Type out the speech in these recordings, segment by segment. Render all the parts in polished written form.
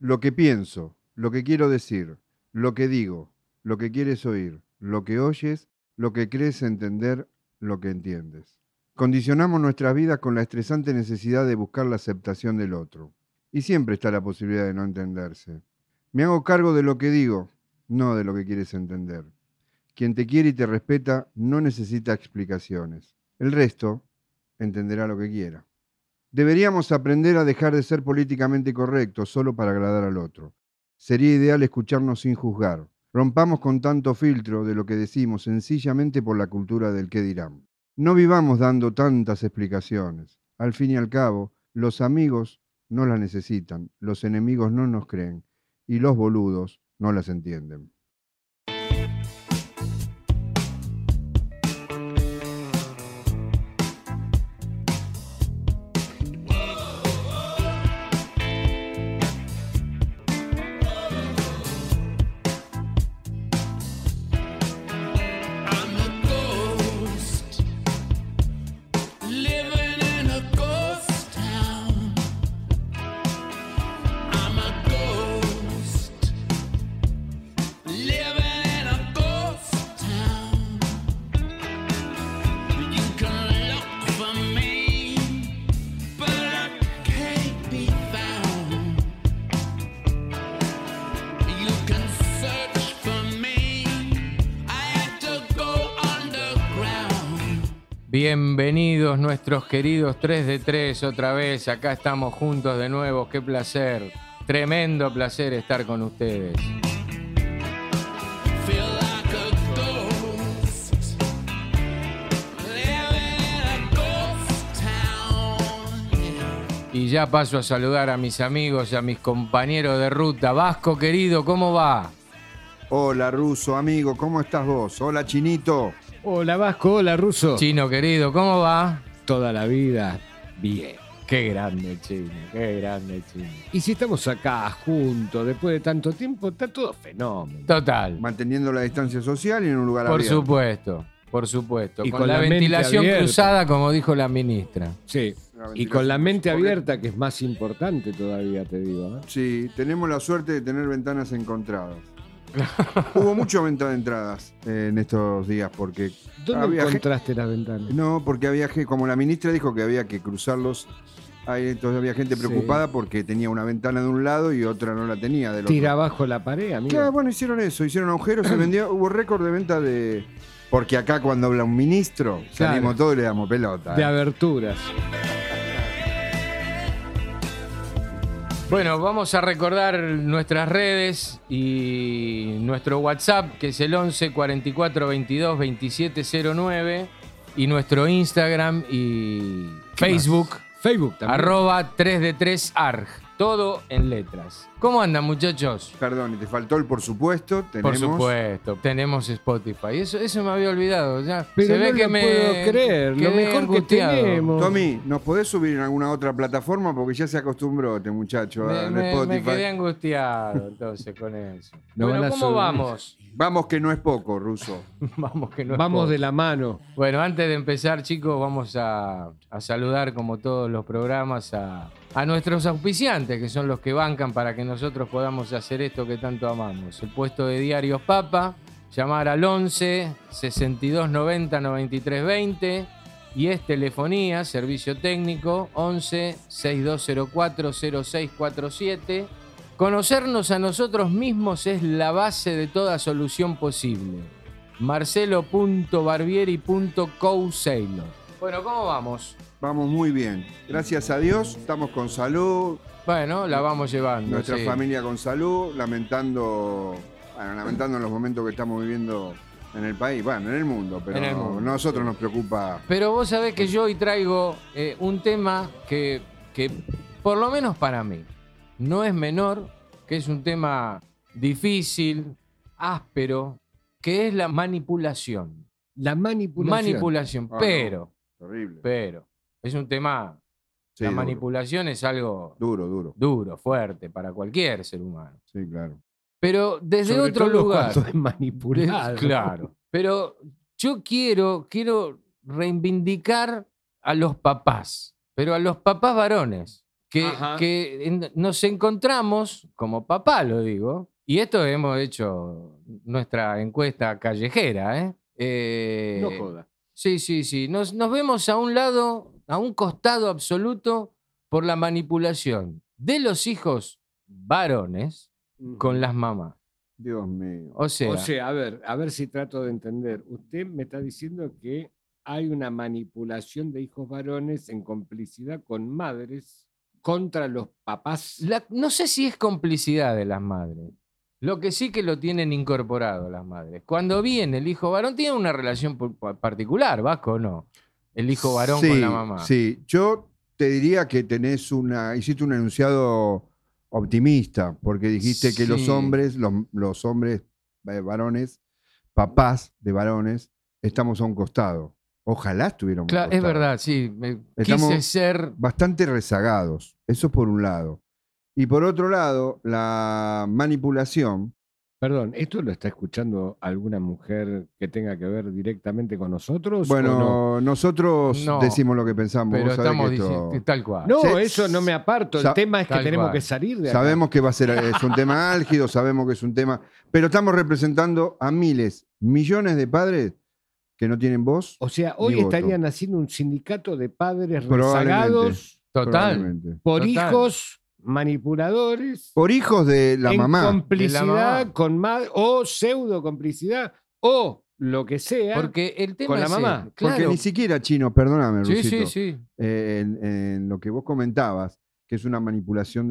Lo que pienso, lo que quiero decir, lo que digo, lo que quieres oír, lo que oyes, lo que crees entender, lo que entiendes. Condicionamos nuestras vidas con la estresante necesidad de buscar la aceptación del otro. Y siempre está la posibilidad de no entenderse. Me hago cargo de lo que digo, no de lo que quieres entender. Quien te quiere y te respeta no necesita explicaciones. El resto entenderá lo que quiera. Deberíamos aprender a dejar de ser políticamente correctos solo para agradar al otro. Sería ideal escucharnos sin juzgar. Rompamos con tanto filtro de lo que decimos sencillamente por la cultura del qué dirán. No vivamos dando tantas explicaciones. Al fin y al cabo, los amigos no las necesitan, los enemigos no nos creen y los boludos no las entienden. Bienvenidos nuestros queridos 3 de 3 otra vez, acá estamos juntos de nuevo, qué placer, tremendo placer estar con ustedes. Y ya paso a saludar a mis amigos, a mis compañeros de ruta. Vasco querido, ¿cómo va? Hola Ruso, amigo, ¿cómo estás vos? Hola Chinito. Hola Vasco, hola Ruso. Chino querido, ¿cómo va? Toda la vida, bien. Qué grande Chino, qué grande Chino. Y si estamos acá juntos después de tanto tiempo, está todo fenómeno. Total. Manteniendo la distancia social y en un lugar Por abierto. supuesto, por supuesto. Y con la ventilación cruzada, como dijo la ministra. Sí, y con la mente abierta, que es más importante todavía, te digo. Sí, tenemos la suerte de tener ventanas encontradas. Hubo mucha venta de entradas en estos días porque... ¿Dónde encontraste las ventanas? No, porque había gente, como la ministra dijo que había que cruzarlos, entonces había gente preocupada porque tenía una ventana de un lado y otra no la tenía del otro. Tira abajo la pared, amigo. Claro, bueno, hicieron eso, hicieron agujeros, se vendió, hubo récord de venta de... Porque acá cuando habla un ministro, salimos todos y le damos pelota. De aberturas. Bueno, vamos a recordar nuestras redes y nuestro WhatsApp, que es el 11 44 22 27 09, y nuestro Instagram y Facebook, Facebook también. @3d3arg, todo en letras. ¿Cómo andan, muchachos? Perdón, y te faltó el por supuesto. Por supuesto, tenemos Spotify. Eso me había olvidado. Ya. Pero se ve no que lo me puedo creer, lo quedé mejor angustiado. que tenemos. Tommy, ¿nos podés subir en alguna otra plataforma? Porque ya se acostumbró este muchacho a Spotify. Me quedé angustiado entonces con eso. No bueno, van a ¿cómo subir. vamos? Vamos que no es poco, Ruso. Vamos que no es Vamos poco. de la mano. Bueno, antes de empezar, chicos, vamos a saludar, como todos los programas, a nuestros auspiciantes, que son los que bancan para que nosotros podamos hacer esto que tanto amamos. El puesto de Diarios Papa, llamar al 11 62 90 93 20, y es telefonía, servicio técnico, 11 6204 0647. Conocernos a nosotros mismos es la base de toda solución posible. marcelo.barbieri.co-sailor. Bueno, ¿cómo vamos? Vamos muy bien. Gracias a Dios, estamos con salud. Bueno, la vamos llevando. Nuestra sí. familia con salud, lamentando los momentos que estamos viviendo en el país, bueno, en el mundo, pero En el mundo, a nosotros nos preocupa. Pero vos sabés que yo hoy traigo un tema que por lo menos para mí, no es menor, que es un tema difícil, áspero, que es la manipulación. La manipulación. Manipulación, Ah, Terrible. pero, es un tema, Sí, la duro. manipulación es algo Duro. fuerte para cualquier ser humano. Sí, claro. Pero desde Sobre otro todo lugar. cuando es manipulado. Claro. Pero yo quiero reivindicar a los papás, pero a los papás varones. Ajá. nos encontramos, como papá lo digo, y esto hemos hecho nuestra encuesta callejera, ¿eh? No joda. Sí, sí, sí. Nos vemos a un lado, a un costado absoluto por la manipulación de los hijos varones con las mamás. Dios mío. O sea, O sea, a ver si trato de entender. Usted me está diciendo que hay una manipulación de hijos varones en complicidad con madres contra los papás. no sé si es complicidad de las madres. Lo que sí que lo tienen incorporado las madres. Cuando viene el hijo varón, tiene una relación particular, Vasco, ¿o no? El hijo varón con la mamá. Sí, yo te diría que hiciste un enunciado optimista, porque dijiste que los Sí. hombres, los hombres varones, papás de varones, estamos a un costado. Ojalá estuviéramos a un Claro, es costado. verdad, sí. Estamos Quise ser. bastante rezagados, eso por un lado. Y por otro lado, la manipulación. Perdón, ¿esto lo está escuchando alguna mujer que tenga que ver directamente con nosotros? Bueno, ¿o no? nosotros No, decimos lo que pensamos. Pero Vos sabés estamos que esto- diciendo tal cual. No, Se- eso no me aparto. El sa- tema es que tal tenemos cual. que salir de acá. Sabemos que es un tema álgido, sabemos que es un tema, pero estamos representando a miles, millones de padres que no tienen voz. O sea, ni hoy voto. estarían haciendo un sindicato de padres Probablemente. rezagados Total. Probablemente. por Total. hijos manipuladores Por hijos de la en mamá. complicidad De la mamá. con madre o pseudo complicidad o lo que sea. Porque el tema con la es mamá. este, Porque claro. ni siquiera, Chino, perdóname, Sí, Rusito, sí, sí. en lo que vos comentabas, que es una manipulación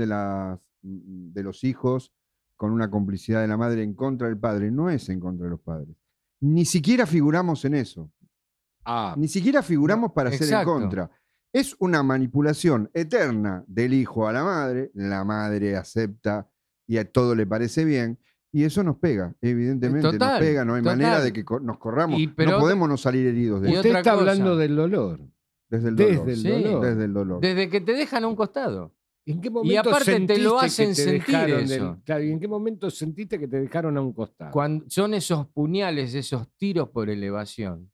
de los hijos con una complicidad de la madre en contra del padre, no es en contra de los padres. Ni siquiera figuramos en eso. Ah, Ni siquiera figuramos para ser en exacto. contra. Es una manipulación eterna del hijo a la madre acepta y a todo le parece bien, y eso nos pega, evidentemente nos Total, pega, no hay total. manera de que nos corramos, Pero no otra- podemos no salir heridos de y eso, usted otra está cosa. hablando del dolor. desde el Desde dolor. el Sí. dolor. Desde el dolor. Desde que te dejan a un costado. ¿En qué momento aparte te sentiste lo que hacen te sentir dejaron eso. claro, ¿y en qué momento sentiste que te dejaron a un costado? Cuando son esos puñales, esos tiros por elevación.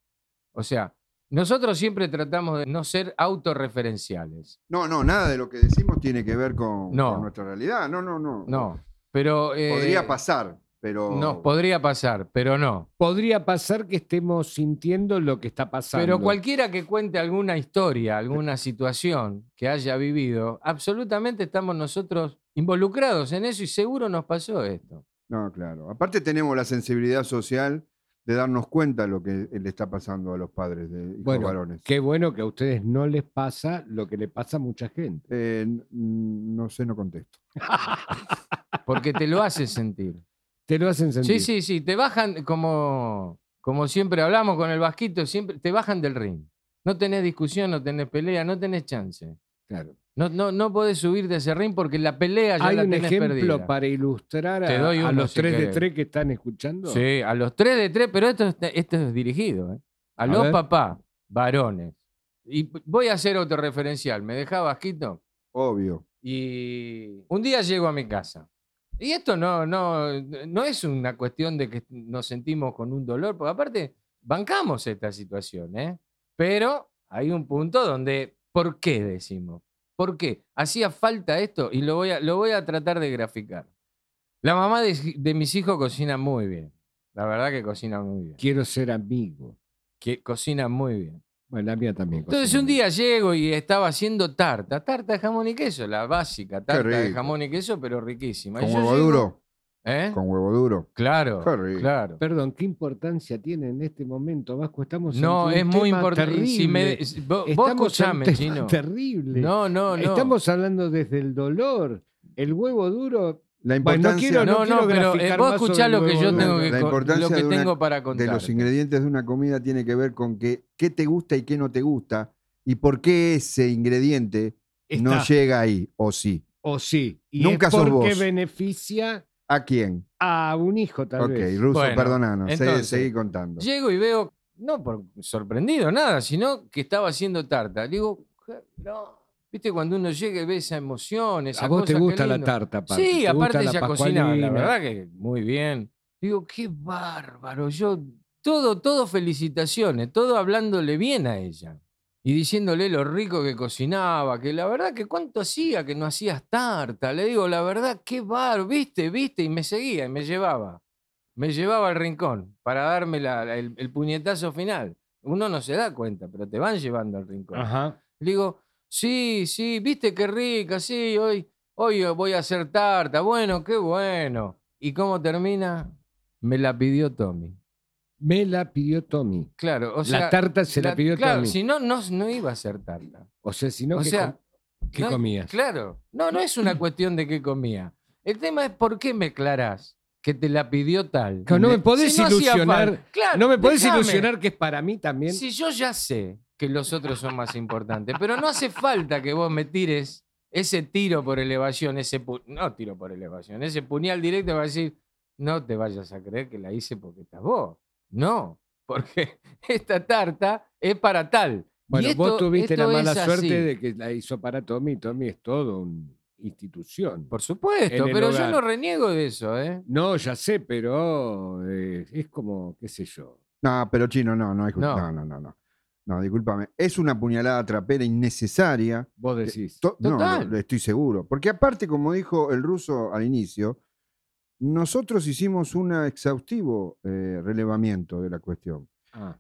O sea, nosotros siempre tratamos de no ser autorreferenciales. No, nada de lo que decimos tiene que ver con nuestra realidad. No. No. Pero. Podría pasar, pero. No, podría pasar, pero no. Podría pasar que estemos sintiendo lo que está pasando. Pero cualquiera que cuente alguna historia, alguna situación que haya vivido, absolutamente estamos nosotros involucrados en eso y seguro nos pasó esto. No, claro. Aparte tenemos la sensibilidad social de darnos cuenta de lo que le está pasando a los padres de hijos Bueno, varones. qué bueno que a ustedes no les pasa lo que le pasa a mucha gente. No sé, no contesto. Porque te lo hace sentir. Te lo hacen sentir. Sí, te bajan como siempre hablamos con el Vasquito, siempre te bajan del ring. No tenés discusión, no tenés pelea, no tenés chance. Claro. No podés subir de ese ring porque la pelea ya Hay la un tenés ejemplo perdida. para ilustrar Te a, doy a uno, los si 3 de querés. 3 que están escuchando. Sí, a los 3 de 3, pero esto es dirigido. A los ver. papás, varones. Y voy a hacer autorreferencial. ¿Me dejá, Vasquito? Obvio. Y un día llego a mi casa. Y esto no es una cuestión de que nos sentimos con un dolor, porque aparte bancamos esta situación, ¿eh? Pero hay un punto donde, ¿por qué decimos? ¿Por qué? Hacía falta esto y lo voy a tratar de graficar. La mamá de mis hijos cocina muy bien. La verdad que cocina muy bien. Quiero ser amigo. Que cocina muy bien. Bueno, la mía también. Entonces cocina un muy día llego y estaba haciendo tarta de jamón y queso, la básica, tarta de rico. jamón y queso, pero riquísima. ¿Con Y yo huevo llego- duro? ¿Eh? Con huevo duro. Claro, Qué rico. claro. Perdón, ¿qué importancia tiene en este momento, Vasco? Estamos No, ante es un muy tema importante. terrible. Vos Estamos escuchame, ante un Chino. tema terrible. No. Estamos hablando desde el dolor. El huevo duro. La Bueno, importancia, no quiero pero graficar vos más escuchá sobre lo el que huevo yo duro. tengo la importancia lo que de, una- tengo para de contar. los ingredientes de una comida tiene que ver con qué te gusta y qué no te gusta y por qué ese ingrediente no Está. llega ahí, o sí. O sí. Y Nunca es sos porque vos. beneficia ¿A quién? a un hijo, tal Ok, vez. Ruso, Bueno, perdonanos. entonces, Seguí contando. Llego y veo, no por sorprendido, nada, sino que estaba haciendo tarta. Le digo, no. ¿Viste cuando uno llega y ve esa emoción, esa A vos cosa? te qué gusta la lindo? tarta, aparte. Sí, te gusta aparte la ella cocinaba, la pascualina. verdad que muy bien. Digo, qué bárbaro. Todo felicitaciones, todo hablándole bien a ella. y diciéndole lo rico que cocinaba, que la verdad que cuánto hacía que no hacías tarta. Le digo, la verdad, qué bar, viste, y me seguía y me llevaba. Me llevaba al rincón para darme el puñetazo final. Uno no se da cuenta, pero te van llevando al rincón. Ajá. Le digo, sí, viste qué rica, sí, hoy voy a hacer tarta. Bueno, qué bueno. ¿Y cómo termina? Me la pidió Tommy. Me la pidió Tommy. Claro, o sea. La tarta se la pidió claro, Tommy. si no, no iba a ser tarta. O sea, si no, O sea, ¿qué no, comías? Claro, no es una cuestión de qué comía. El tema es por qué me aclarás que te la pidió tal. Claro, no me podés Si no hacía ilusionar. falta. Claro, No me podés déjame. ilusionar que es para mí también. Si yo ya sé que los otros son más importantes, pero no hace falta que vos me tires ese tiro por elevación, no tiro por elevación, ese puñal directo va a decir, no te vayas a creer que la hice porque estás vos. No, porque esta tarta es para tal. Bueno, Y vos tuviste la esto mala es suerte así. de que la hizo para Tommy. Tommy es todo una institución. Por supuesto, en el pero yo hogar. no reniego de eso, ¿eh? No, ya sé, pero es como, qué sé yo. No, pero Chino, no hay No. no. No, discúlpame. Es una puñalada trapera innecesaria. Vos decís. No, Total. estoy seguro. Porque aparte, como dijo el ruso al inicio, nosotros hicimos un exhaustivo relevamiento de la cuestión. Ah,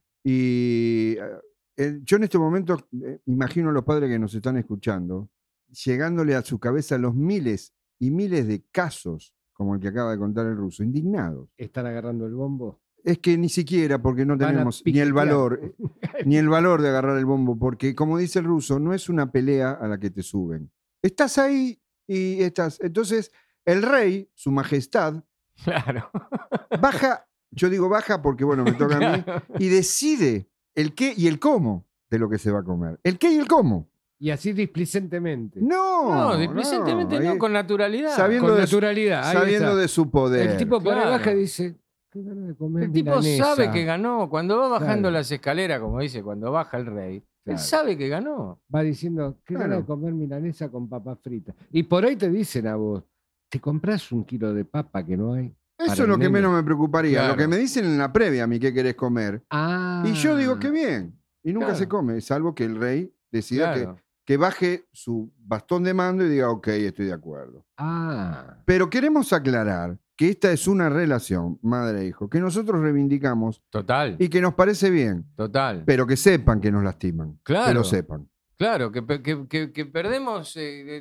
Y yo en este momento imagino a los padres que nos están escuchando, llegándole a su cabeza los miles y miles de casos, como el que acaba de contar el ruso, indignados. ¿están agarrando el bombo? Es que ni siquiera, porque no Van a tenemos ni el piquetear. valor, ni el valor de agarrar el bombo, porque como dice el ruso, no es una pelea a la que te suben. Estás ahí y estás. Entonces, el rey, su majestad, Claro. baja, yo digo baja porque, bueno, me toca a mí, y decide el qué y el cómo de lo que se va a comer. El qué y el cómo. Y así displicentemente. No, No, displicentemente no, ahí- con naturalidad. sabiendo Con de naturalidad. ahí sabiendo está. de su poder. El tipo por ahí Claro. baja y dice, qué ganas de comer El tipo milanesa. sabe que ganó. Cuando va bajando Claro. las escaleras, como dice, cuando baja el rey, Claro. él sabe que ganó. Va diciendo, qué Claro. ganas de comer milanesa con papas fritas. Y por ahí te dicen a vos, ¿te compras un kilo de papa que no hay? Eso para es el lo que nene? menos me preocuparía. Claro. Lo que me dicen en la previa a mí, ¿qué querés comer? Ah. Y yo digo, qué bien. Y nunca Claro. se come, salvo que el rey decida Claro. que baje su bastón de mando y diga, ok, estoy de acuerdo. Ah. Pero queremos aclarar que esta es una relación, madre e hijo, que nosotros reivindicamos Total, y que nos parece bien, total. pero que sepan que nos lastiman. Claro. Que lo sepan. Claro, que perdemos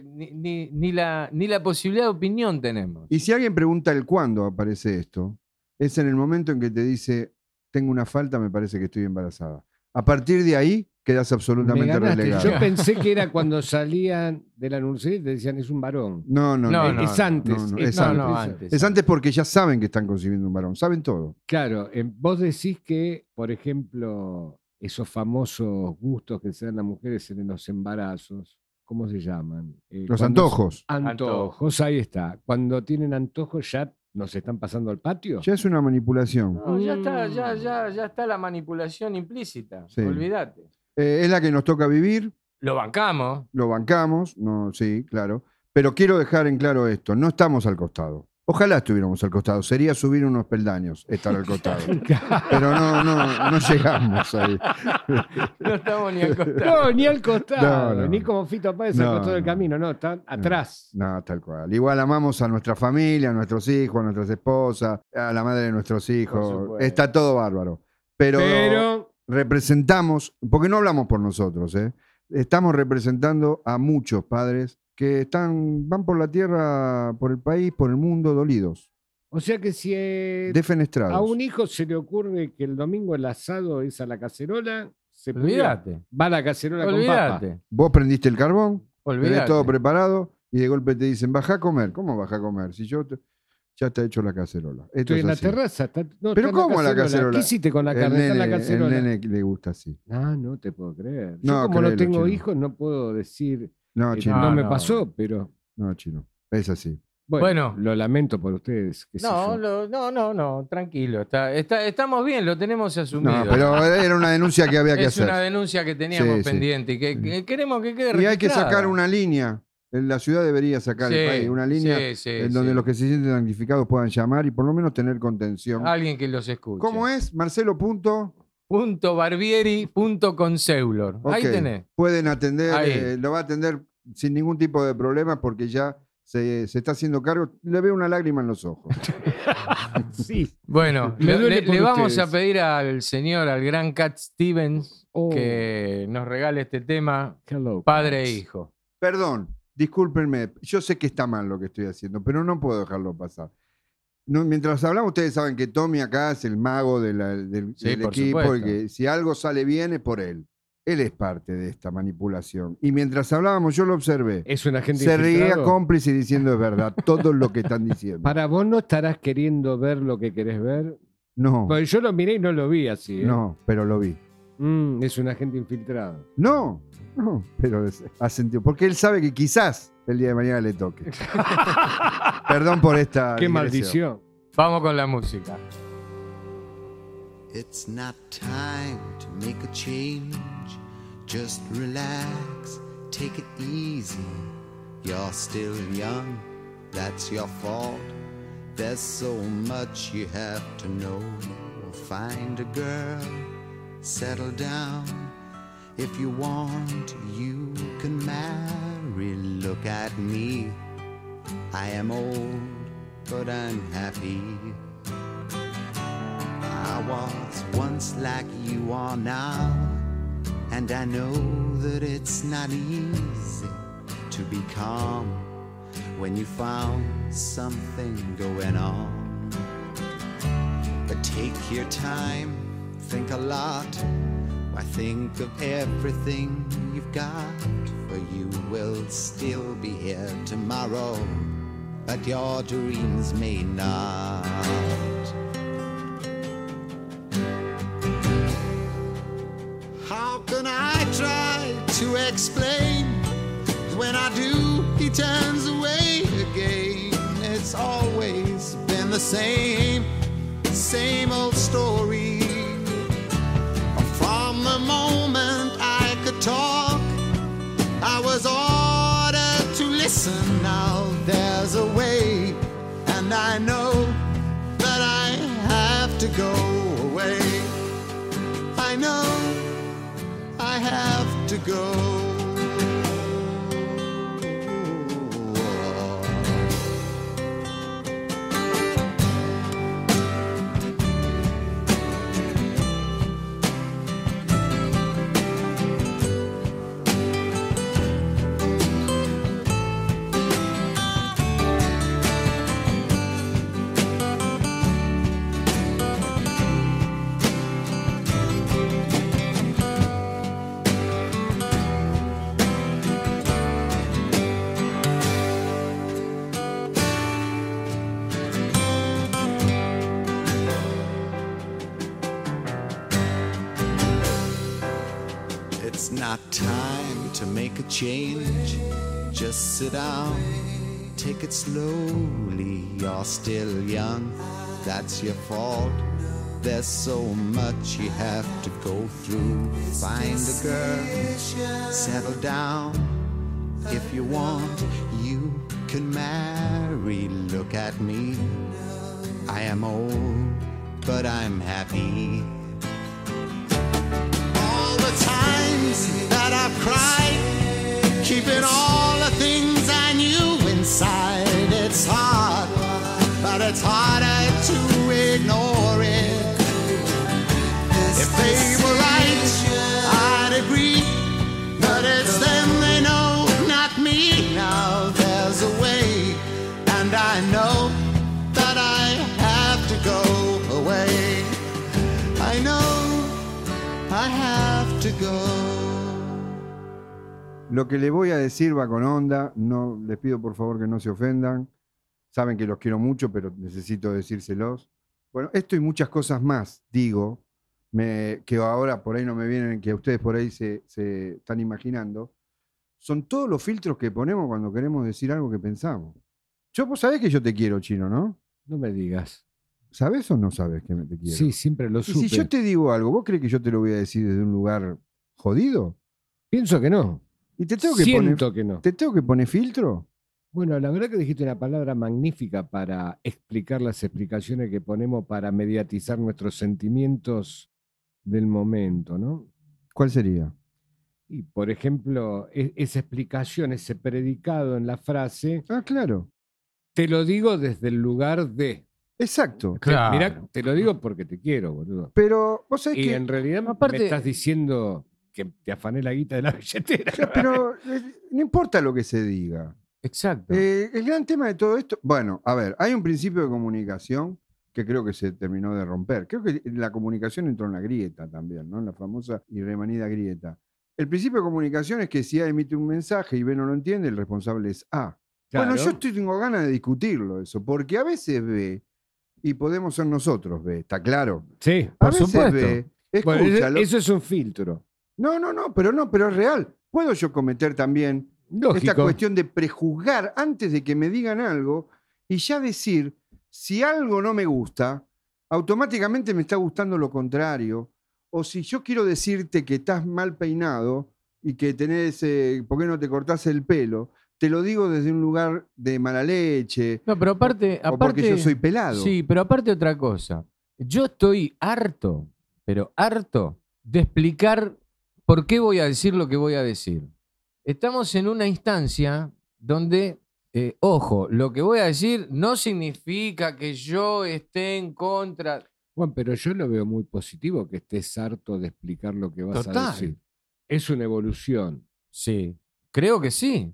ni la posibilidad de opinión tenemos. Y si alguien pregunta el cuándo aparece esto, es en el momento en que te dice, tengo una falta, me parece que estoy embarazada. A partir de ahí quedas Me absolutamente ganaste. relegado. Yo pensé que era cuando salían de la universidad y te decían, es un varón. No, Es antes. no, es es No, antes. no, antes. Es antes porque ya saben que están concibiendo un varón, saben todo. Claro, vos decís que, por ejemplo, esos famosos gustos que se dan las mujeres en los embarazos, ¿cómo se llaman? Los Cuando- antojos. Antojos, ahí está. Cuando tienen antojos ya nos están pasando al patio. Ya es una manipulación. No, ya está, ya está la manipulación implícita. Sí. Olvídate. Es la que nos toca vivir, Lo bancamos. lo bancamos, no, sí, claro. Pero quiero dejar en claro esto, no estamos al costado. Ojalá estuviéramos al costado, sería subir unos peldaños estar al costado. Pero no llegamos ahí. No estamos ni al costado. No, ni al costado, No, no. ni como Fito Páez al No, costado del no. camino, no, están atrás. No, tal cual. Igual amamos a nuestra familia, a nuestros hijos, a nuestras esposas, a la madre de nuestros hijos. supuesto. Está todo bárbaro. Pero representamos, porque no hablamos por nosotros, ¿eh? Estamos representando a muchos padres que van por la tierra, por el país, por el mundo, dolidos, O sea que si defenestrados. a un hijo se le ocurre que el domingo el asado es a la cacerola, se pudre, Olvídate. va a la cacerola con papa. Olvídate. Vos prendiste el carbón, tenés Olvídate. todo preparado y de golpe te dicen, baja a comer. ¿Cómo baja a comer? Si ya está hecho la cacerola. Esto Estoy es en la así. terraza. No, ¿Pero está en cómo la cacerola? ¿Qué hiciste con la El carne? Está en la nene, cacerola. el nene le gusta así. Ah, no te puedo creer. No, Yo como no créelo, tengo Chino. hijos no puedo decir, No, Chino. no me no. pasó, pero No, Chino. Es así. bueno, Bueno. lo lamento por ustedes. qué sé No, yo. no, tranquilo. Estamos bien, lo tenemos asumido. No, pero era una denuncia que había que es hacer. una denuncia que teníamos Sí, sí. pendiente y que queremos que quede Y hay que registrada. sacar una línea. La ciudad debería sacar el Sí, país, una línea sí, en donde sí. los que se sienten damnificados puedan llamar y por lo menos tener contención. Alguien que los escuche. ¿Cómo es? Marcelo. .barbieri.conceulor. Ok, Ahí tenés. pueden atender, Ahí. lo va a atender sin ningún tipo de problema porque ya se está haciendo cargo. Le veo una lágrima en los ojos. Sí. Bueno, Me duele le por vamos ustedes. a pedir al señor, al gran Cat Stevens, Oh. que nos regale este tema, Hello, padre e cats. hijo. Perdón, discúlpenme. Yo sé que está mal lo que estoy haciendo, pero no puedo dejarlo pasar. No, mientras hablamos, ustedes saben que Tommy acá es el mago del Sí, del por equipo supuesto. y que si algo sale bien es por él. Él es parte de esta manipulación. Y mientras hablábamos, yo lo observé. Es un agente Se reía infiltrado. cómplice diciendo es verdad todo lo que están diciendo. Para vos no estarás queriendo ver lo que querés ver. No, Pues yo lo miré y no lo vi así. ¿eh? no, pero lo vi. Es un agente infiltrado. No, pero ha sentido. Porque él sabe que quizás el día de mañana le toque. Perdón por esta. Qué digresión. maldición. Vamos con la música. It's not time to make a change. Just relax, take it easy. You're still young, that's your fault. There's so much you have to know. Find a girl, settle down. If you want, you can marry. Look at me, I am old, but I'm happy. I was once like you are now, and I know that it's not easy to be calm when you found something going on. But take your time, think a lot. Why, think of everything you've got, for you will still be here tomorrow, but your dreams may not. How can I try to explain? When I do, he turns away again. It's always been the same old story. From the moment I could talk, I was ordered to listen. Now there's a way, and I know that I have to go away. I know I have to go. It's not time to make a change. Just sit down, take it slowly. You're still young, that's your fault. There's so much you have to go through. Find a girl, settle down. If you want, you can marry. Look at me, I am old, but I'm happy. All the times that I've cried, keeping all the things I knew inside. It's hard, but it's harder to ignore it. If they were right, I'd agree, but it's them they know, not me. Now there's a way, and I know that I have to go away. I know I have to go. Lo que le voy a decir va con onda. No, les pido por favor que no se ofendan. Saben que los quiero mucho, pero necesito decírselos. Bueno, esto y muchas cosas más, digo, que ahora por ahí no me vienen, que ustedes por ahí se están imaginando, son todos los filtros que ponemos cuando queremos decir algo que pensamos. Vos sabés que yo te quiero, Chino, ¿no? No me digas. ¿Sabés o no sabés que te quiero? Sí, siempre lo Y supe. si yo te digo algo, ¿vos crees que yo te lo voy a decir desde un lugar jodido? Pienso que no. ¿Y te tengo que Siento que no. ¿Te tengo que poner filtro? Bueno, la verdad que dijiste una palabra magnífica para explicar las explicaciones que ponemos para mediatizar nuestros sentimientos del momento, ¿no? ¿Cuál sería? Y, por ejemplo, esa explicación, ese predicado en la frase, Ah, claro. te lo digo desde el lugar de. Exacto. Claro. Mirá, te lo digo porque te quiero, boludo. Pero vos sabés Y que... en realidad aparte- me estás diciendo que te afané la guita de la billetera. Pero no importa lo que se diga. Exacto. El gran tema de todo esto... Bueno, a ver, hay un principio de comunicación que creo que se terminó de romper. Creo que la comunicación entró en la grieta también, ¿no? En la famosa y remanida grieta. El principio de comunicación es que si A emite un mensaje y B no lo entiende, el responsable es A. Claro. Bueno, yo tengo ganas de discutirlo eso, porque a veces B, y podemos ser nosotros B, ¿está claro? Sí, A Por veces supuesto. B, bueno, escúchalo. eso es un filtro. No, pero es real. ¿Puedo yo cometer también Lógico. esta cuestión de prejuzgar antes de que me digan algo y ya decir, si algo no me gusta, automáticamente me está gustando lo contrario? O si yo quiero decirte que estás mal peinado y que tenés, ¿por qué no te cortás el pelo? Te lo digo desde un lugar de mala leche. No, pero aparte, o porque yo soy pelado. Sí, pero aparte otra cosa. Yo estoy harto, pero harto de explicar por qué voy a decir lo que voy a decir. Estamos en una instancia donde, ojo, lo que voy a decir no significa que yo esté en contra. Bueno, pero yo lo veo muy positivo que estés harto de explicar lo que vas Total. a decir. Es una evolución. Sí, creo que sí.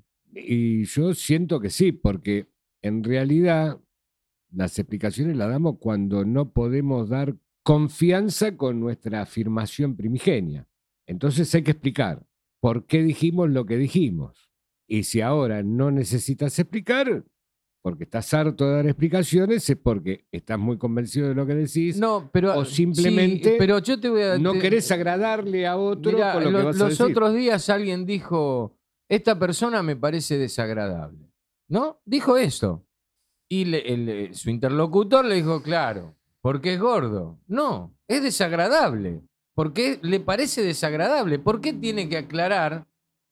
Y yo siento que sí, porque en realidad las explicaciones las damos cuando no podemos dar confianza con nuestra afirmación primigenia. Entonces hay que explicar por qué dijimos lo que dijimos. Y si ahora no necesitas explicar, porque estás harto de dar explicaciones, es porque estás muy convencido de lo que decís. No, pero O simplemente sí, pero yo te voy a no querés agradarle a otro Mirá, con lo que vas a los decir. otros días alguien dijo, esta persona me parece desagradable, ¿no? Dijo eso. Y su interlocutor le dijo, claro, porque es gordo. No, es desagradable. Porque le parece desagradable. ¿Por qué tiene que aclarar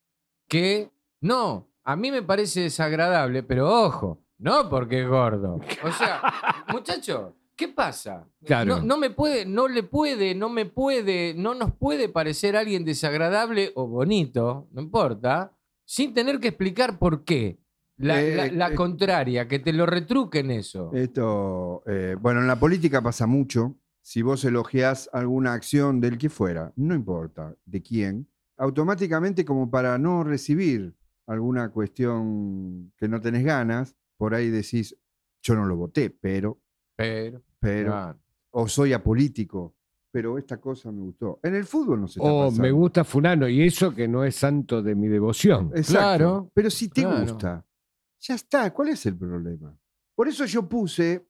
que no? A mí me parece desagradable, pero ojo, no porque es gordo. O sea, muchacho, ¿qué pasa? Claro. No nos puede parecer alguien desagradable o bonito, no importa, sin tener que explicar por qué. La contraria, que te lo retruquen eso. Esto, bueno, en la política pasa mucho. Si vos elogiás alguna acción del que fuera, no importa de quién, automáticamente como para no recibir alguna cuestión que no tenés ganas, por ahí decís, yo no lo voté, pero, Claro. o soy apolítico, pero esta cosa me gustó. En el fútbol no se está O pasando. me gusta fulano, y eso que no es santo de mi devoción. Exacto. Claro, Pero si te claro. gusta, ya está. ¿Cuál es el problema? Por eso yo puse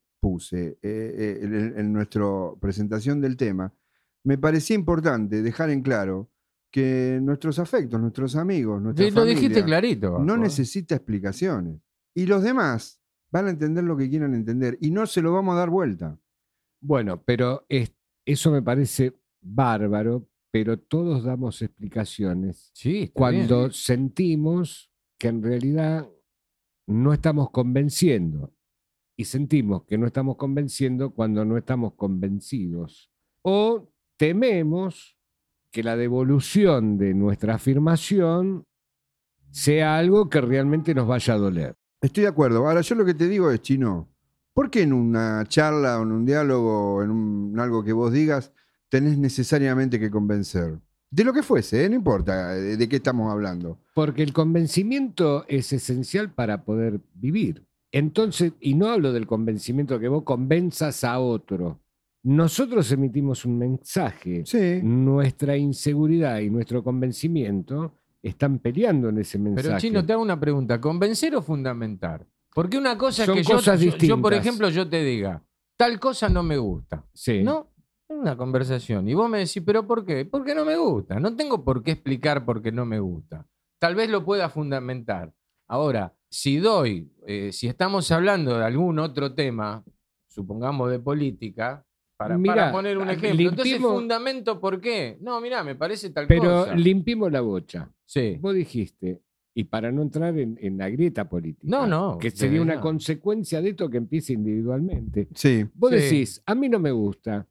en nuestra presentación del tema, me parecía importante dejar en claro que nuestros afectos, nuestros amigos, nuestra Lo familia, dijiste clarito. no Vasco. necesita explicaciones. Y los demás van a entender lo que quieran entender y no se lo vamos a dar vuelta. Bueno, pero eso me parece bárbaro, pero todos damos explicaciones Sí, está cuando bien. sentimos que en realidad no estamos convenciendo. Y sentimos que no estamos convenciendo cuando no estamos convencidos. O tememos que la devolución de nuestra afirmación sea algo que realmente nos vaya a doler. Estoy de acuerdo. Ahora, yo lo que te digo es, Chino, ¿por qué en una charla o en un diálogo o en algo que vos digas tenés necesariamente que convencer? De lo que fuese, no importa de qué estamos hablando. Porque el convencimiento es esencial para poder vivir. Entonces, y no hablo del convencimiento que vos convenzas a otro. Nosotros emitimos un mensaje. Sí. Nuestra inseguridad y nuestro convencimiento están peleando en ese mensaje. Pero Chino, te hago una pregunta. ¿Convencer o fundamentar? Porque una cosa Son es que cosas yo, por distintas. ejemplo, yo te diga, tal cosa no me gusta. Sí. ¿No? Es una conversación. Y vos me decís, ¿pero por qué? Porque no me gusta. No tengo por qué explicar por qué no me gusta. Tal vez lo pueda fundamentar. Ahora, si estamos hablando de algún otro tema, supongamos de política, para poner un ejemplo, entonces fundamento por qué. No, mirá, me parece tal cosa. Pero limpiemos la bocha. Sí. Vos dijiste, y para no entrar en la grieta política, No, que sería de una verdad. consecuencia de esto que empiece individualmente. Sí. Vos Sí. decís, a mí no me gusta,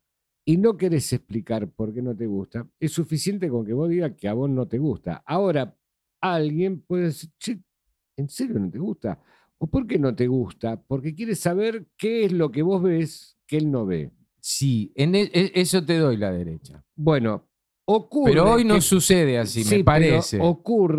y no querés explicar por qué no te gusta, es suficiente con que vos digas que a vos no te gusta. Ahora, alguien puede decir, che, ¿en serio no te gusta? ¿O por qué no te gusta? Porque quiere saber qué es lo que vos ves que él no ve. Sí, eso te doy la derecha. Bueno, ocurre. Pero hoy no que- sucede así, sí, me parece. pero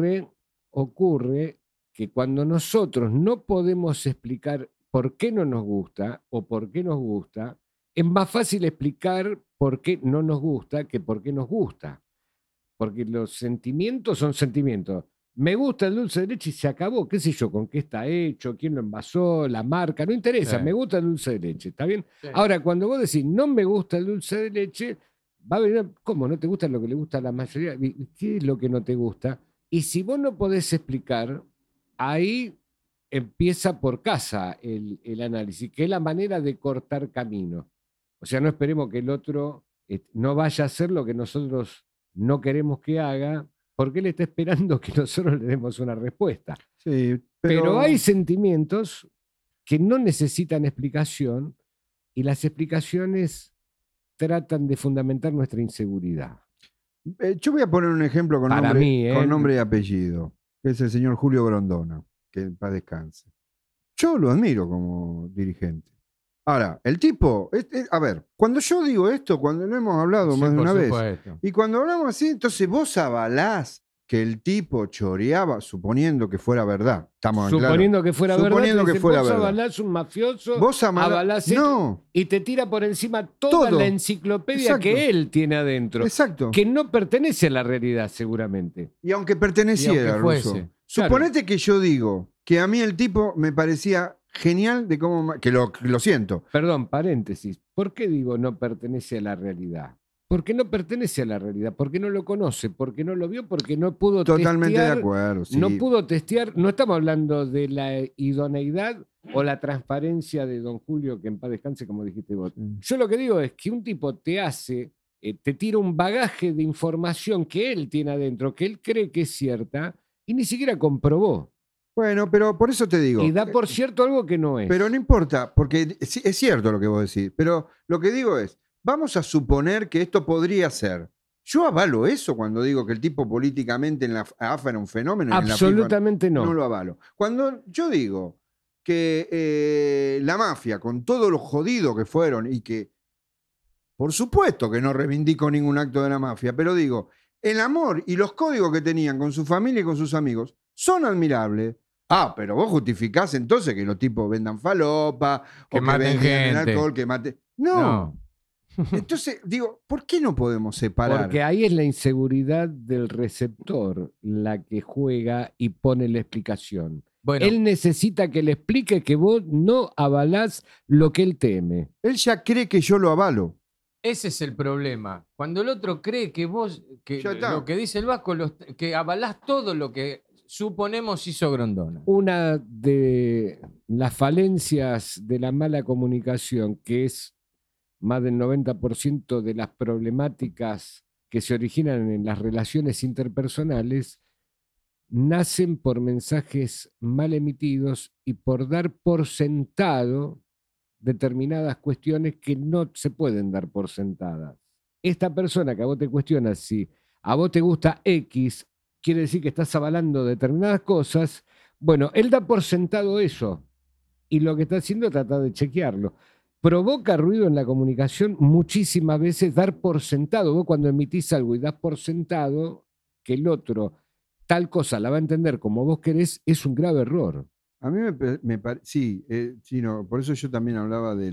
ocurre que cuando nosotros no podemos explicar por qué no nos gusta o por qué nos gusta, es más fácil explicar por qué no nos gusta que por qué nos gusta. Porque los sentimientos son sentimientos. Me gusta el dulce de leche y se acabó. ¿Qué sé yo? ¿Con qué está hecho? ¿Quién lo envasó? La marca. No interesa. Sí. Me gusta el dulce de leche. ¿Está bien? Sí. Ahora, cuando vos decís no me gusta el dulce de leche, va a venir, ¿cómo? ¿No te gusta lo que le gusta a la mayoría? ¿Qué es lo que no te gusta? Y si vos no podés explicar, ahí empieza por casa el análisis, que es la manera de cortar camino. O sea, no esperemos que el otro no vaya a hacer lo que nosotros no queremos que haga, porque él está esperando que nosotros le demos una respuesta. Sí, Pero hay sentimientos que no necesitan explicación y las explicaciones tratan de fundamentar nuestra inseguridad. Yo voy a poner un ejemplo con, Para nombre, mí, con nombre y apellido, que es el señor Julio Grondona, que en paz descanse. Yo lo admiro como dirigente. Ahora, el tipo, a ver, cuando yo digo esto, cuando lo hemos hablado Sí, más de por una vez, supuesto. y cuando hablamos así, entonces vos avalás que el tipo choreaba, suponiendo que fuera verdad. Estamos en claro. Suponiendo que fuera verdad, Suponiendo te que dice, fuera vos verdad. avalás un mafioso, Vos avalás esto, no, y te tira por encima toda Todo. la enciclopedia Exacto. que él tiene adentro, exacto. que no pertenece a la realidad seguramente. Y aunque perteneciera, Y aunque Russo, fuese. suponete que yo digo que a mí el tipo me parecía genial de cómo, que lo siento. Perdón, paréntesis. ¿Por qué digo no pertenece a la realidad? Porque no pertenece a la realidad, porque no lo conoce, porque no lo vio, porque no pudo Totalmente testear. de acuerdo. Sí. No pudo testear, no estamos hablando de la idoneidad o la transparencia de don Julio, que en paz descanse, como dijiste vos. Yo lo que digo es que un tipo te hace, te tira un bagaje de información que él tiene adentro, que él cree que es cierta, y ni siquiera comprobó. Bueno, pero por eso te digo. Y da por cierto algo que no es. Pero no importa, porque es cierto lo que vos decís, pero lo que digo es, vamos a suponer que esto podría ser. Yo avalo eso cuando digo que el tipo políticamente en la AFA era un fenómeno. Absolutamente en la FIFA no. no lo avalo. Cuando yo digo que la mafia, con todo lo jodido que fueron y que, por supuesto que no reivindico ningún acto de la mafia, pero digo, el amor y los códigos que tenían con su familia y con sus amigos son admirables. Ah, pero vos justificás entonces que los tipos vendan falopa, Que o que maten vendan el gente. alcohol, que maten. No. Entonces, digo, ¿por qué no podemos separar? Porque ahí es la inseguridad del receptor la que juega y pone la explicación. Bueno, Él necesita que le explique que vos no avalás lo que él teme. Él ya cree que yo lo avalo. ese es el problema. Cuando el otro cree que vos, que Ya está. lo que dice el Vasco, que avalás todo lo que suponemos hizo Grondona. Una de las falencias de la mala comunicación, que es más del 90% de las problemáticas que se originan en las relaciones interpersonales, nacen por mensajes mal emitidos y por dar por sentado determinadas cuestiones que no se pueden dar por sentadas. Esta persona que a vos te cuestiona si a vos te gusta X, quiere decir que estás avalando determinadas cosas. Bueno, él da por sentado eso y lo que está haciendo es tratar de chequearlo. Provoca ruido en la comunicación muchísimas veces dar por sentado. Vos cuando emitís algo y das por sentado que el otro tal cosa la va a entender como vos querés, es un grave error. A mí me parece, sí, no, por eso yo también hablaba de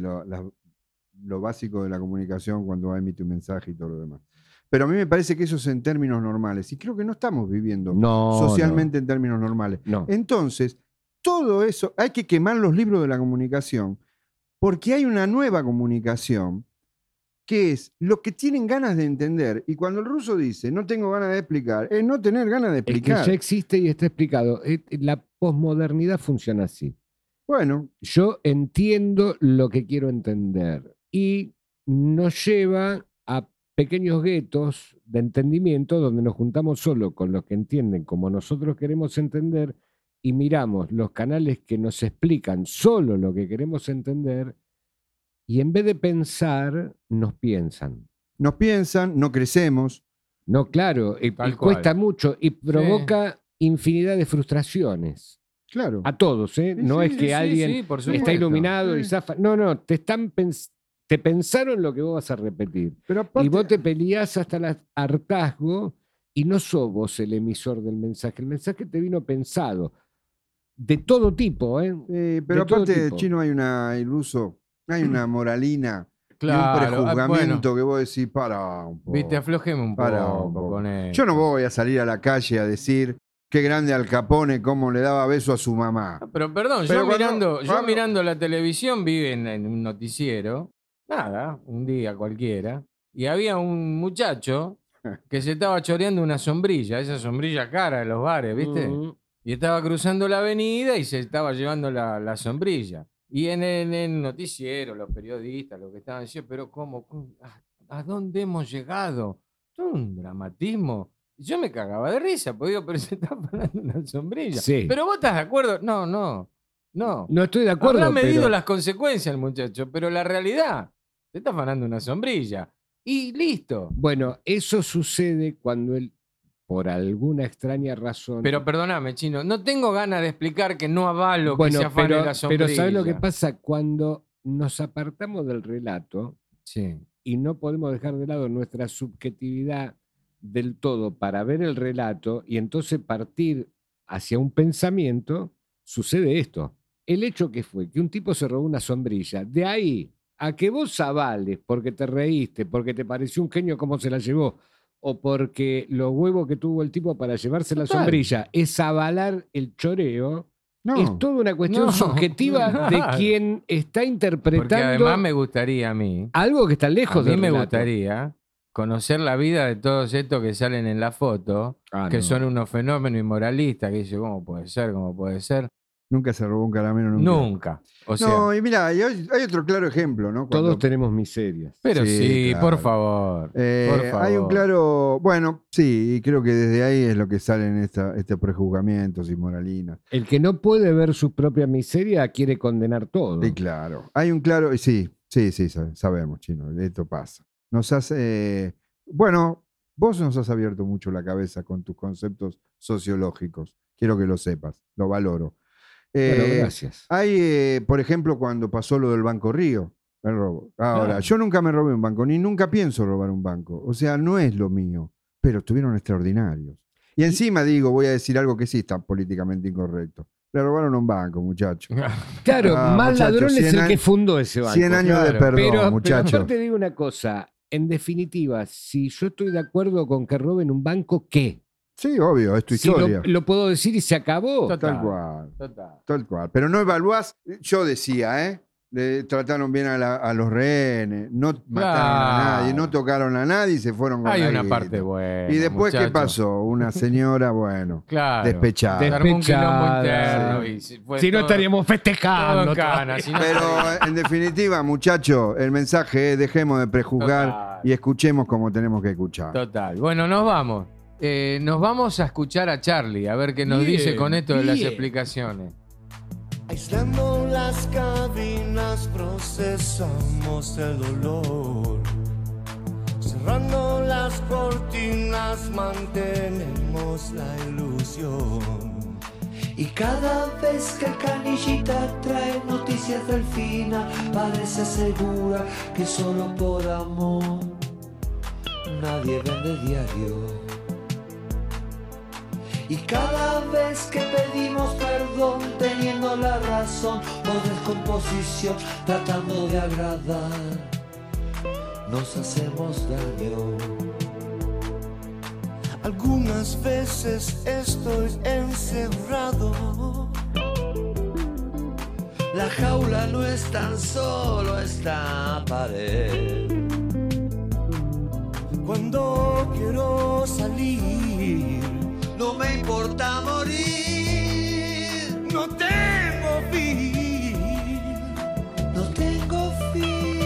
lo básico de la comunicación cuando emite un mensaje y todo lo demás. Pero a mí me parece que eso es en términos normales. Y creo que no estamos viviendo socialmente en términos normales. No. Entonces, todo eso, hay que quemar los libros de la comunicación, porque hay una nueva comunicación que es lo que tienen ganas de entender. Y cuando el ruso dice, no tengo ganas de explicar, es no tener ganas de Es que explicar. ya existe y está explicado. La posmodernidad funciona así. Bueno, Yo entiendo lo que quiero entender y nos lleva a pequeños guetos de entendimiento donde nos juntamos solo con los que entienden como nosotros queremos entender y miramos los canales que nos explican solo lo que queremos entender Y en vez de pensar, nos piensan. Nos piensan, no crecemos. No, claro, y Tal cuesta cual. mucho y provoca infinidad de frustraciones. Claro. A todos, ¿eh? Sí, No sí, es que sí, alguien sí, por está supuesto. iluminado y Sí. zafa. No, te pensaron lo que vos vas a repetir. Pero aparte, Y vos te peleás hasta el hartazgo y no sos vos el emisor del mensaje. El mensaje te vino pensado. De todo tipo, ¿eh? pero de todo aparte, tipo. Chino, hay una moralina Claro, y un prejuzgamiento bueno, que vos decís, para un poco. viste, aflojeme un Para poco un poco. con él. Yo no voy a salir a la calle a decir qué grande Al Capone, cómo le daba beso a su mamá. Pero perdón, Pero yo, cuando- yo mirando la televisión, vi en un noticiero, nada, un día cualquiera, y había un muchacho que se estaba choreando una sombrilla, esa sombrilla cara de los bares, ¿viste? Y estaba cruzando la avenida y se estaba llevando la sombrilla. Y en el noticiero, los periodistas, lo que estaban diciendo, pero ¿a dónde hemos llegado? Todo un dramatismo. Yo me cagaba de risa, porque digo, pero se está parando una sombrilla. Sí. Pero vos estás de acuerdo. No. No estoy de acuerdo. Habrá medido pero- las consecuencias el muchacho, pero la realidad, se está afanando una sombrilla. Y listo. Bueno, eso sucede cuando él, por alguna extraña razón. Pero perdóname, Chino, no tengo ganas de explicar que no avalo que se afane la sombrilla. pero ¿sabes lo que pasa? Cuando nos apartamos del relato Sí. y no podemos dejar de lado nuestra subjetividad del todo para ver el relato y entonces partir hacia un pensamiento, sucede esto. El hecho que fue que un tipo se robó una sombrilla, de ahí a que vos avales porque te reíste, porque te pareció un genio cómo se la llevó, o porque los huevos que tuvo el tipo para llevarse la Total. sombrilla es avalar el choreo, No. es toda una cuestión No, subjetiva claro. de quien está Porque interpretando además me gustaría a mí, algo que está a lejos mí del me relato. gustaría conocer la vida de todos estos que salen en la foto, Ah, que no. son unos fenómenos inmoralistas, que dice, ¿cómo puede ser? ¿Cómo puede ser? Nunca se robó un caramelo, nunca. Nunca. O sea, No, y mira, hay otro claro ejemplo, ¿no? Cuando- Todos tenemos miserias. pero Sí, sí, claro. por favor. Por favor. Hay un claro, bueno, sí, y creo que desde ahí es lo que salen estos prejuzgamientos y moralinas. El que no puede ver su propia miseria quiere condenar todo. Sí, claro. Hay un claro, y sí, sabemos, Chino, esto pasa. Nos hace, bueno, vos nos has abierto mucho la cabeza con tus conceptos sociológicos. Quiero que lo sepas, lo valoro. Bueno, gracias. Hay, por ejemplo, cuando pasó lo del Banco Río, el robo. Ahora, Claro. yo nunca me robé un banco, ni nunca pienso robar un banco. O sea, no es lo mío, pero estuvieron extraordinarios. Y encima digo, voy a decir algo que sí está políticamente incorrecto. Le robaron un banco, muchacho. Claro, más muchachos, ladrón es 100 el que años- fundó ese banco. 100 años de claro. perdón, pero muchachos. aparte digo una cosa, en definitiva, si yo estoy de acuerdo con que roben un banco, ¿qué? Sí, obvio, es tu Si historia. lo puedo decir y se acabó. Total. Tal cual, Total. tal cual. Pero no evaluás, yo decía, trataron bien a los rehenes, no mataron a Claro. nadie, no tocaron a nadie y se fueron con Hay la una guita. parte buena. Y después, ¿qué muchacho. pasó? Una señora, bueno, Claro. despechada. Se armó un quilombo Despechada. interno y se fue Si no todo- estaríamos todo festejando. en cana, si no- Pero en definitiva, muchachos, el mensaje es dejemos de prejuzgar Total. y escuchemos como tenemos que escuchar. Total. Bueno, nos vamos. Nos vamos a escuchar a Charlie, a ver qué nos Bien, dice con esto de las bien. explicaciones. Aislando las cabinas procesamos el dolor. Cerrando las cortinas mantenemos la ilusión. Y cada vez que Canillita trae noticias del final, parece segura que solo por amor nadie vende diario. Y cada vez que pedimos perdón teniendo la razón por descomposición, tratando de agradar, nos hacemos daño. Algunas veces estoy encerrado. La jaula no es tan solo esta pared. Cuando quiero salir, No me importa morir. no tengo fin. No tengo fin.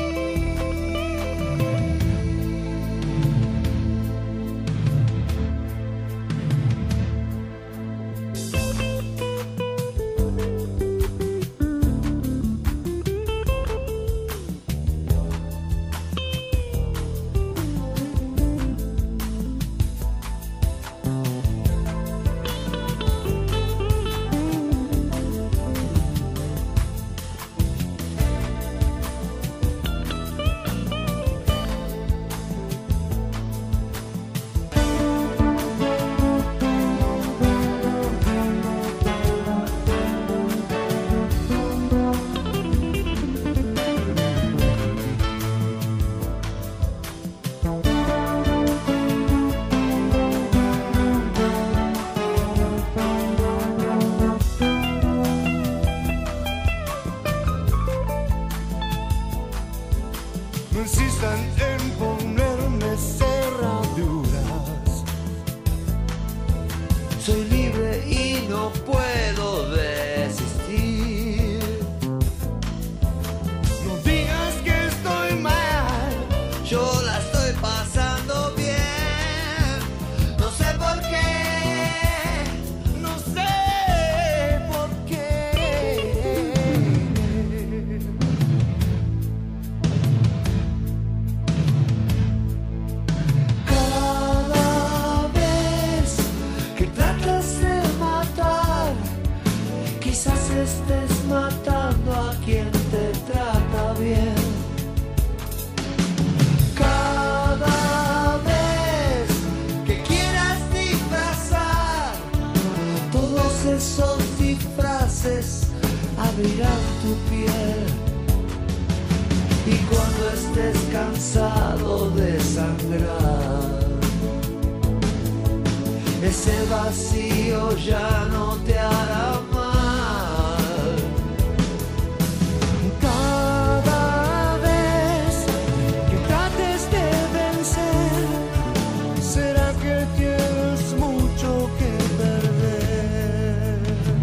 no insistan en ponerme cerraduras. Soy libre y no puedo desistir. No digas que estoy mal, Yo la estoy pasando bien. No sé por qué. no sé por qué. Cada vez que tratas de matar, quizás estés matando a quien te trata bien. Cada vez que quieras disfrazar, todos esos disfraces abrirán tu piel. Y cuando estés cansado de sangrar, ese vacío ya no te hará mal. Cada vez que trates de vencer, será que tienes mucho que perder.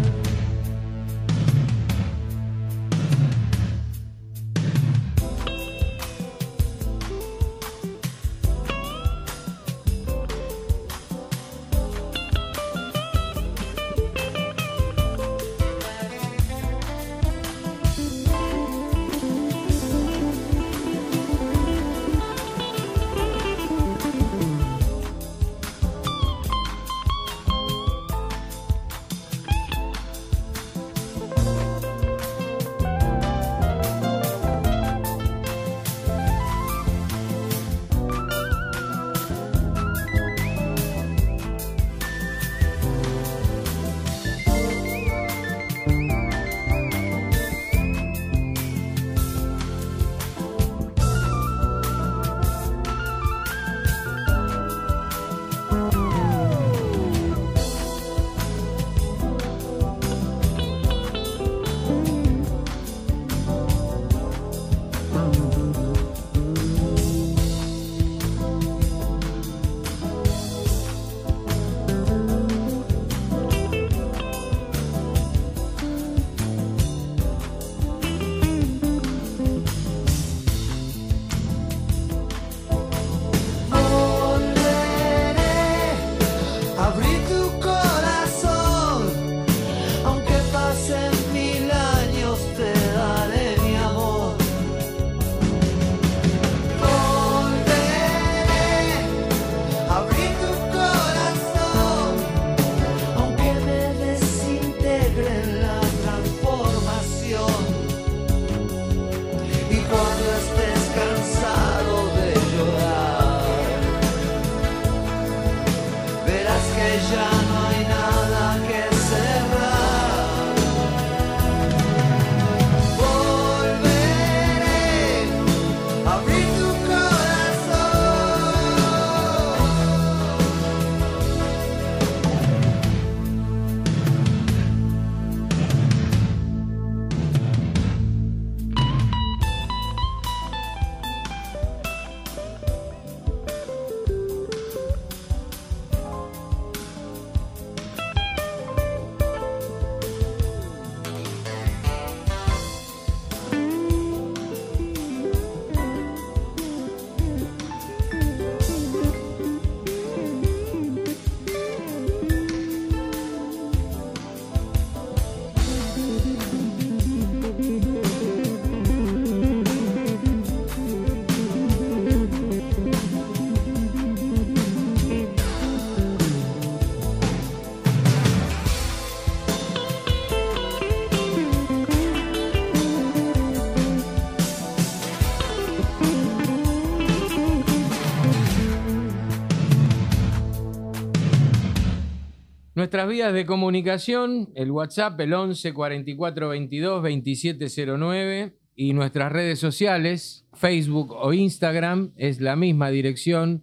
Nuestras vías de comunicación, el WhatsApp, el 11 44 22 2709, y nuestras redes sociales, Facebook o Instagram, es la misma dirección,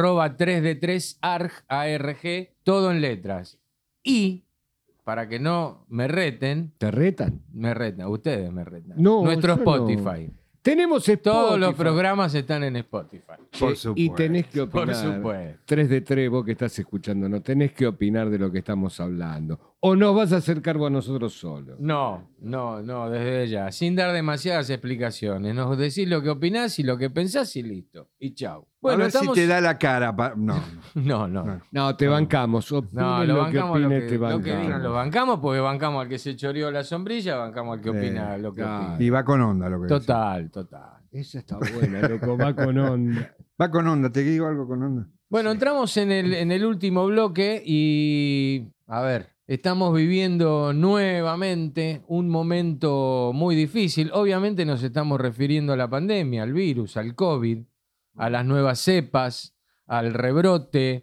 @3d3arg, ARG, todo en letras. Y, para que no me reten, ¿Te retan? me retan, ustedes me retan. No, Nuestro yo no. Spotify. Tenemos Spotify. Todos los programas están en Spotify. Por Y supuesto. tenés que Por opinar. supuesto. 3 de 3, vos que estás escuchando, no tenés que opinar de lo que estamos hablando. O nos vas a hacer cargo a nosotros solos. No, desde ya. Sin dar demasiadas explicaciones. Nos decís lo que opinás y lo que pensás y listo. Y chau. A ver si te da la cara. No. No. No, te bancamos. Opine No, lo lo que bancamos opine, lo te que bancamos. digan, lo bancamos porque bancamos al que se choreó la sombrilla, bancamos al que opina lo que claro. opina. Y va con onda lo que decís. Total. Esa está buena, loco, va con onda. Va con onda, te digo algo con onda. Bueno, entramos en el último bloque y, a ver, estamos viviendo nuevamente un momento muy difícil. Obviamente nos estamos refiriendo a la pandemia, al virus, al COVID, a las nuevas cepas, al rebrote,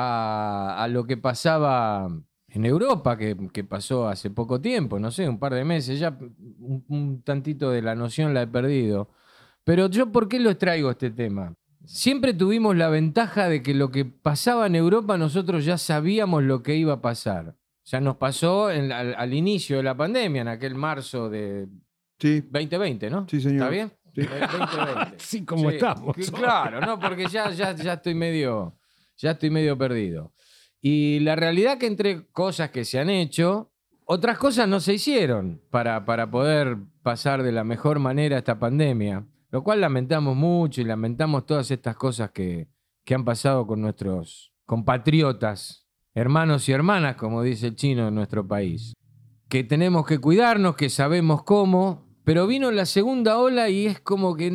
a lo que pasaba en Europa, que pasó hace poco tiempo, no sé, un par de meses, ya un tantito de la noción la he perdido. Pero yo, ¿por qué les traigo este tema? Siempre tuvimos la ventaja de que lo que pasaba en Europa nosotros ya sabíamos lo que iba a pasar. O sea, nos pasó al inicio de la pandemia, en aquel marzo de Sí, 2020, ¿no? Sí, señor. ¿Está bien? Sí. 2020. Así como estamos. Claro, no, porque ya estoy medio perdido. Y la realidad que entre cosas que se han hecho, otras cosas no se hicieron para poder pasar de la mejor manera esta pandemia. Lo cual lamentamos mucho y lamentamos todas estas cosas que han pasado con nuestros compatriotas, hermanos y hermanas, como dice el chino en nuestro país. Que tenemos que cuidarnos, que sabemos cómo, pero vino la segunda ola y es como que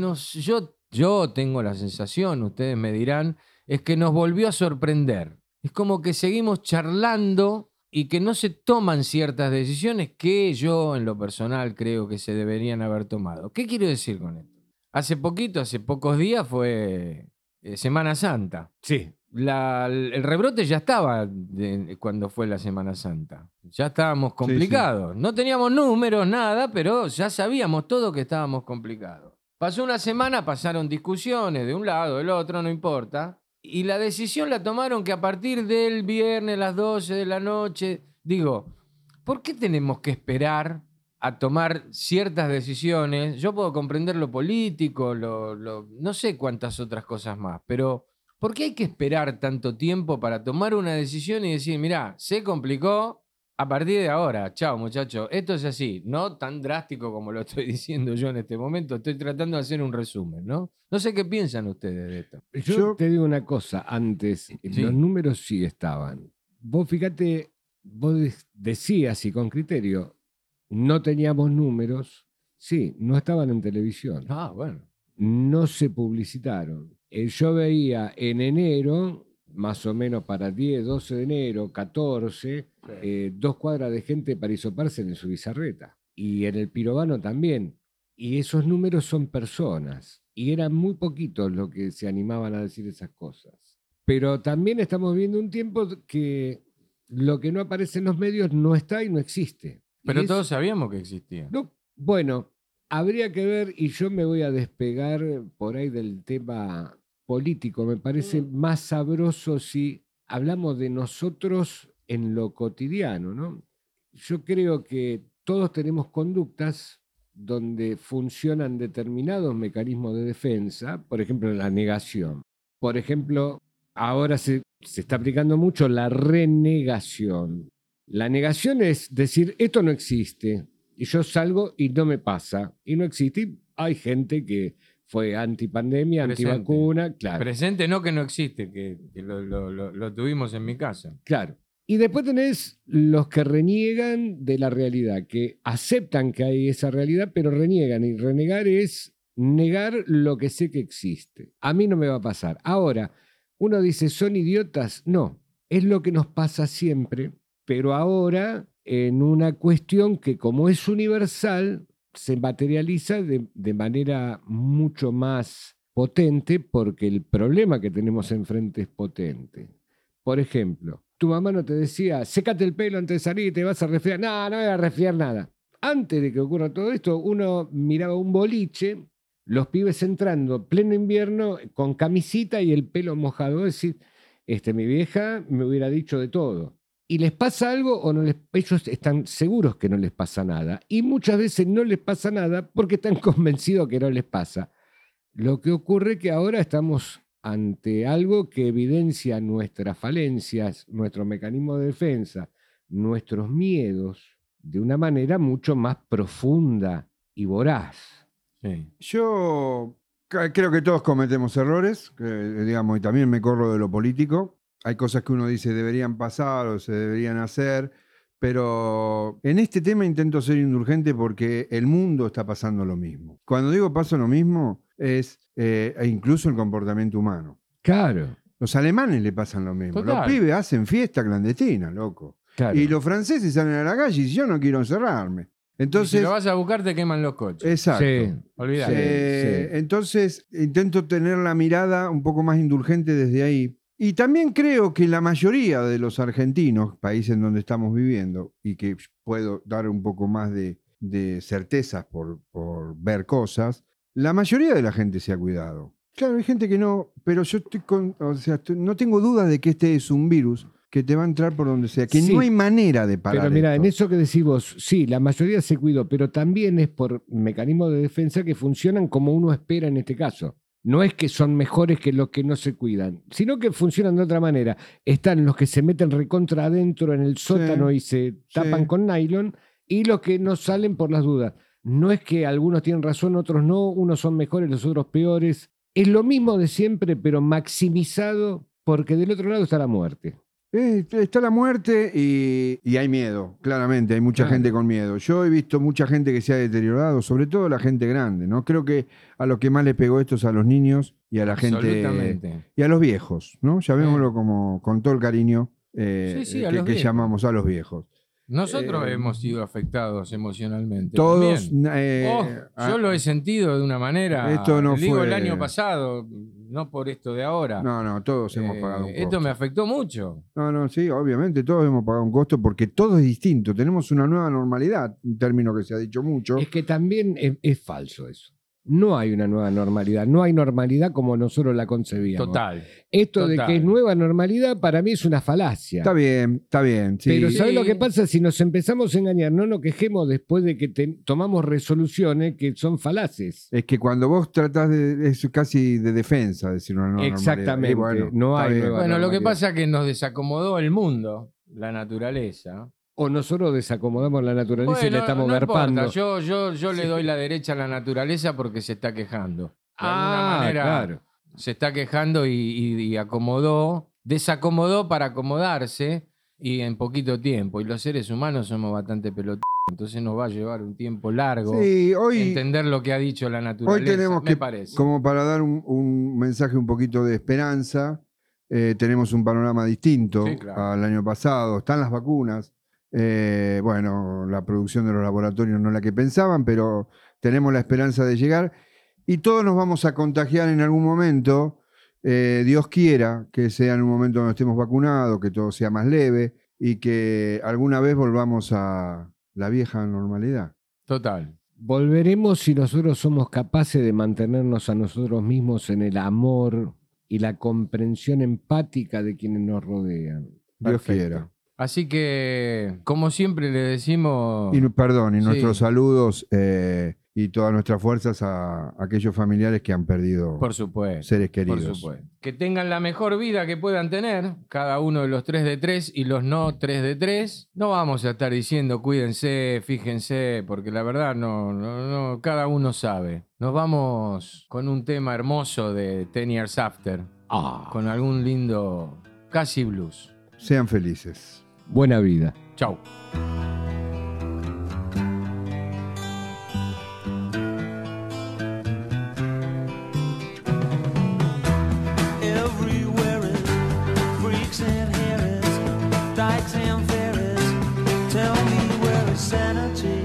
yo tengo la sensación, ustedes me dirán, es que nos volvió a sorprender. Es como que seguimos charlando y que no se toman ciertas decisiones que yo en lo personal creo que se deberían haber tomado. ¿Qué quiero decir con esto? Hace pocos días fue Semana Santa. Sí. El rebrote ya estaba cuando fue la Semana Santa. Ya estábamos complicados. No teníamos números, nada, pero ya sabíamos todo que estábamos complicados. Pasó una semana, pasaron discusiones de un lado, del otro, no importa. Y la decisión la tomaron que a partir del viernes a las 12 de la noche, digo, ¿por qué tenemos que esperar a tomar ciertas decisiones? Yo puedo comprender lo político, no sé cuántas otras cosas más, pero ¿por qué hay que esperar tanto tiempo para tomar una decisión y decir, mirá, se complicó, a partir de ahora, chao muchachos, esto es así, no tan drástico como lo estoy diciendo yo en este momento, estoy tratando de hacer un resumen, ¿no? No sé qué piensan ustedes de esto. Yo te digo una cosa, antes, Sí. los números sí estaban. Vos fíjate, vos decías y con criterio, no teníamos números, sí, no estaban en televisión, Ah, bueno. no se publicitaron. Yo veía en enero, más o menos para 10, 12 de enero, 14, 2 cuadras de gente para hisoparse en su bizarreta. Y en el pirobano también. Y esos números son personas. Y eran muy poquitos los que se animaban a decir esas cosas. Pero también estamos viendo un tiempo que lo que no aparece en los medios no está y no existe. Pero Y todos sabíamos que existía. no, bueno, habría que ver, y yo me voy a despegar por ahí del tema político. Me parece más sabroso si hablamos de nosotros en lo cotidiano, ¿no? Yo creo que todos tenemos conductas donde funcionan determinados mecanismos de defensa, por ejemplo, la negación. Por ejemplo, ahora se está aplicando mucho la renegación. La negación es decir, esto no existe, y yo salgo y no me pasa, y no existe. Y hay gente que fue antipandemia, Presente. antivacuna, claro. Presente no que no existe, que lo tuvimos en mi casa. Claro. Y después tenés los que reniegan de la realidad, que aceptan que hay esa realidad, pero reniegan. Y renegar es negar lo que sé que existe. A mí no me va a pasar. Ahora, uno dice, ¿son idiotas? No, es lo que nos pasa siempre, pero ahora en una cuestión que como es universal, se materializa de manera mucho más potente porque el problema que tenemos enfrente es potente. Por ejemplo, tu mamá no te decía, sécate el pelo antes de salir y te vas a resfriar. No, no me voy a resfriar nada. Antes de que ocurra todo esto, uno miraba un boliche, los pibes entrando, pleno invierno, con camisita y el pelo mojado. Es decir, mi vieja me hubiera dicho de todo. y les pasa algo o no ellos están seguros que no les pasa nada. Y muchas veces no les pasa nada porque están convencidos que no les pasa. Lo que ocurre es que ahora estamos ante algo que evidencia nuestras falencias, nuestro mecanismo de defensa, nuestros miedos, de una manera mucho más profunda y voraz. Sí. Yo creo que todos cometemos errores, digamos, y también me corro de lo político. Hay cosas que uno dice deberían pasar o se deberían hacer, pero en este tema intento ser indulgente porque el mundo está pasando lo mismo. Cuando digo pasa lo mismo, es incluso el comportamiento humano. Claro. Los alemanes le pasan lo mismo. Total. Los pibes hacen fiesta clandestina, loco. Claro. Y los franceses salen a la calle y dicen, yo no quiero encerrarme. Y Entonces, si lo vas a buscar, te queman los coches. exacto. Sí. Olvídate. Sí. Entonces, intento tener la mirada un poco más indulgente desde ahí. Y también creo que la mayoría de los argentinos, país en donde estamos viviendo, y que puedo dar un poco más de certezas por ver cosas, la mayoría de la gente se ha cuidado. Claro, hay gente que no, pero yo no tengo duda de que este es un virus que te va a entrar por donde sea, que Sí. no hay manera de parar Pero mira, esto. en eso que decís vos, sí, la mayoría se cuidó, pero también es por mecanismos de defensa que funcionan como uno espera en este caso. No es que son mejores que los que no se cuidan, sino que funcionan de otra manera. Están los que se meten recontra adentro en el sótano y se tapan con nylon, y los que no salen por las dudas. No es que algunos tienen razón, otros no, unos son mejores, los otros peores. Es lo mismo de siempre, pero maximizado, porque del otro lado está la muerte. Está la muerte y hay miedo, claramente, hay mucha Claro. gente con miedo. Yo he visto mucha gente que se ha deteriorado, sobre todo la gente grande, ¿no? Creo que a lo que más le pegó esto es a los niños y a la gente Absolutamente. y a los viejos, ¿no? Llamémoslo como con todo el cariño Sí, a los que viejos. llamamos a los viejos. Nosotros hemos sido afectados emocionalmente. Todos. también. Yo lo he sentido de una manera. Esto no digo, fue- el año pasado, no por esto de ahora. No, todos hemos pagado un costo. Esto me afectó mucho. No, sí, obviamente todos hemos pagado un costo porque todo es distinto. Tenemos una nueva normalidad, un término que se ha dicho mucho. Es que también es falso eso. No hay una nueva normalidad. No hay normalidad como nosotros la concebíamos. Total. Esto de total. que es nueva normalidad para mí es una falacia. Está bien. Sí. Pero ¿sabes Sí. lo que pasa? Si nos empezamos a engañar, no nos quejemos después de que tomamos resoluciones que son falaces. Es que cuando vos tratás es casi de defensa decir una nueva Exactamente. normalidad. Y No está hay bien. nueva- Bueno, lo que normalidad. pasa es que nos desacomodó el mundo, la naturaleza. O nosotros desacomodamos la naturaleza y Bueno, le estamos no garpando. importa, yo le doy la derecha a la naturaleza porque se está quejando. De alguna manera claro. se está quejando y desacomodó para acomodarse y en poquito tiempo. Y los seres humanos somos bastante pelotudos, entonces nos va a llevar un tiempo largo Sí, hoy entender lo que ha dicho la naturaleza. tenemos me que, parece. como para dar un mensaje un poquito de esperanza, tenemos un panorama distinto Sí, claro. al año pasado. Están las vacunas. Bueno, la producción de los laboratorios no es la que pensaban, pero tenemos la esperanza de llegar y todos nos vamos a contagiar en algún momento. Dios quiera que sea en un momento donde estemos vacunados, que todo sea más leve y que alguna vez volvamos a la vieja normalidad. Total. Volveremos si nosotros somos capaces de mantenernos a nosotros mismos en el amor y la comprensión empática de quienes nos rodean. Dios Perfecto. quiera. Así que, como siempre le decimos... Y Sí. nuestros saludos y todas nuestras fuerzas a aquellos familiares que han perdido Por supuesto. seres Por queridos. supuesto. Que tengan la mejor vida que puedan tener, cada uno de los 3 de 3 y los no 3 de 3. No vamos a estar diciendo cuídense, fíjense, porque la verdad no, cada uno sabe. Nos vamos con un tema hermoso de 10 Years After, con algún lindo casi blues. Sean felices. Buena vida. Chau. Everywhere is freaks and harriers, dykes and fairies. Tell me where is sanity?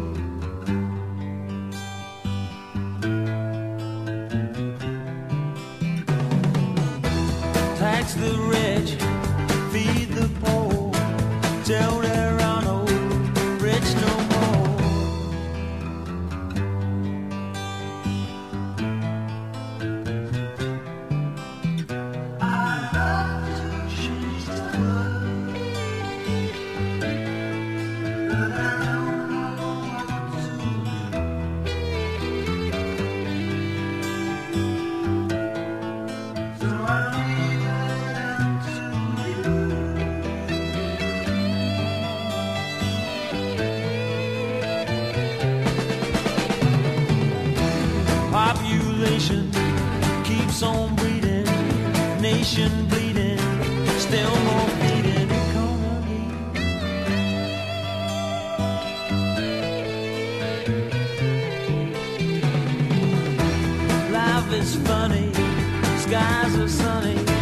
Tax the rich, feed the poor. Tell there are no rich no more. inflation keeps on breeding, nation bleeding, still more feeding economy. Life is funny, skies are sunny.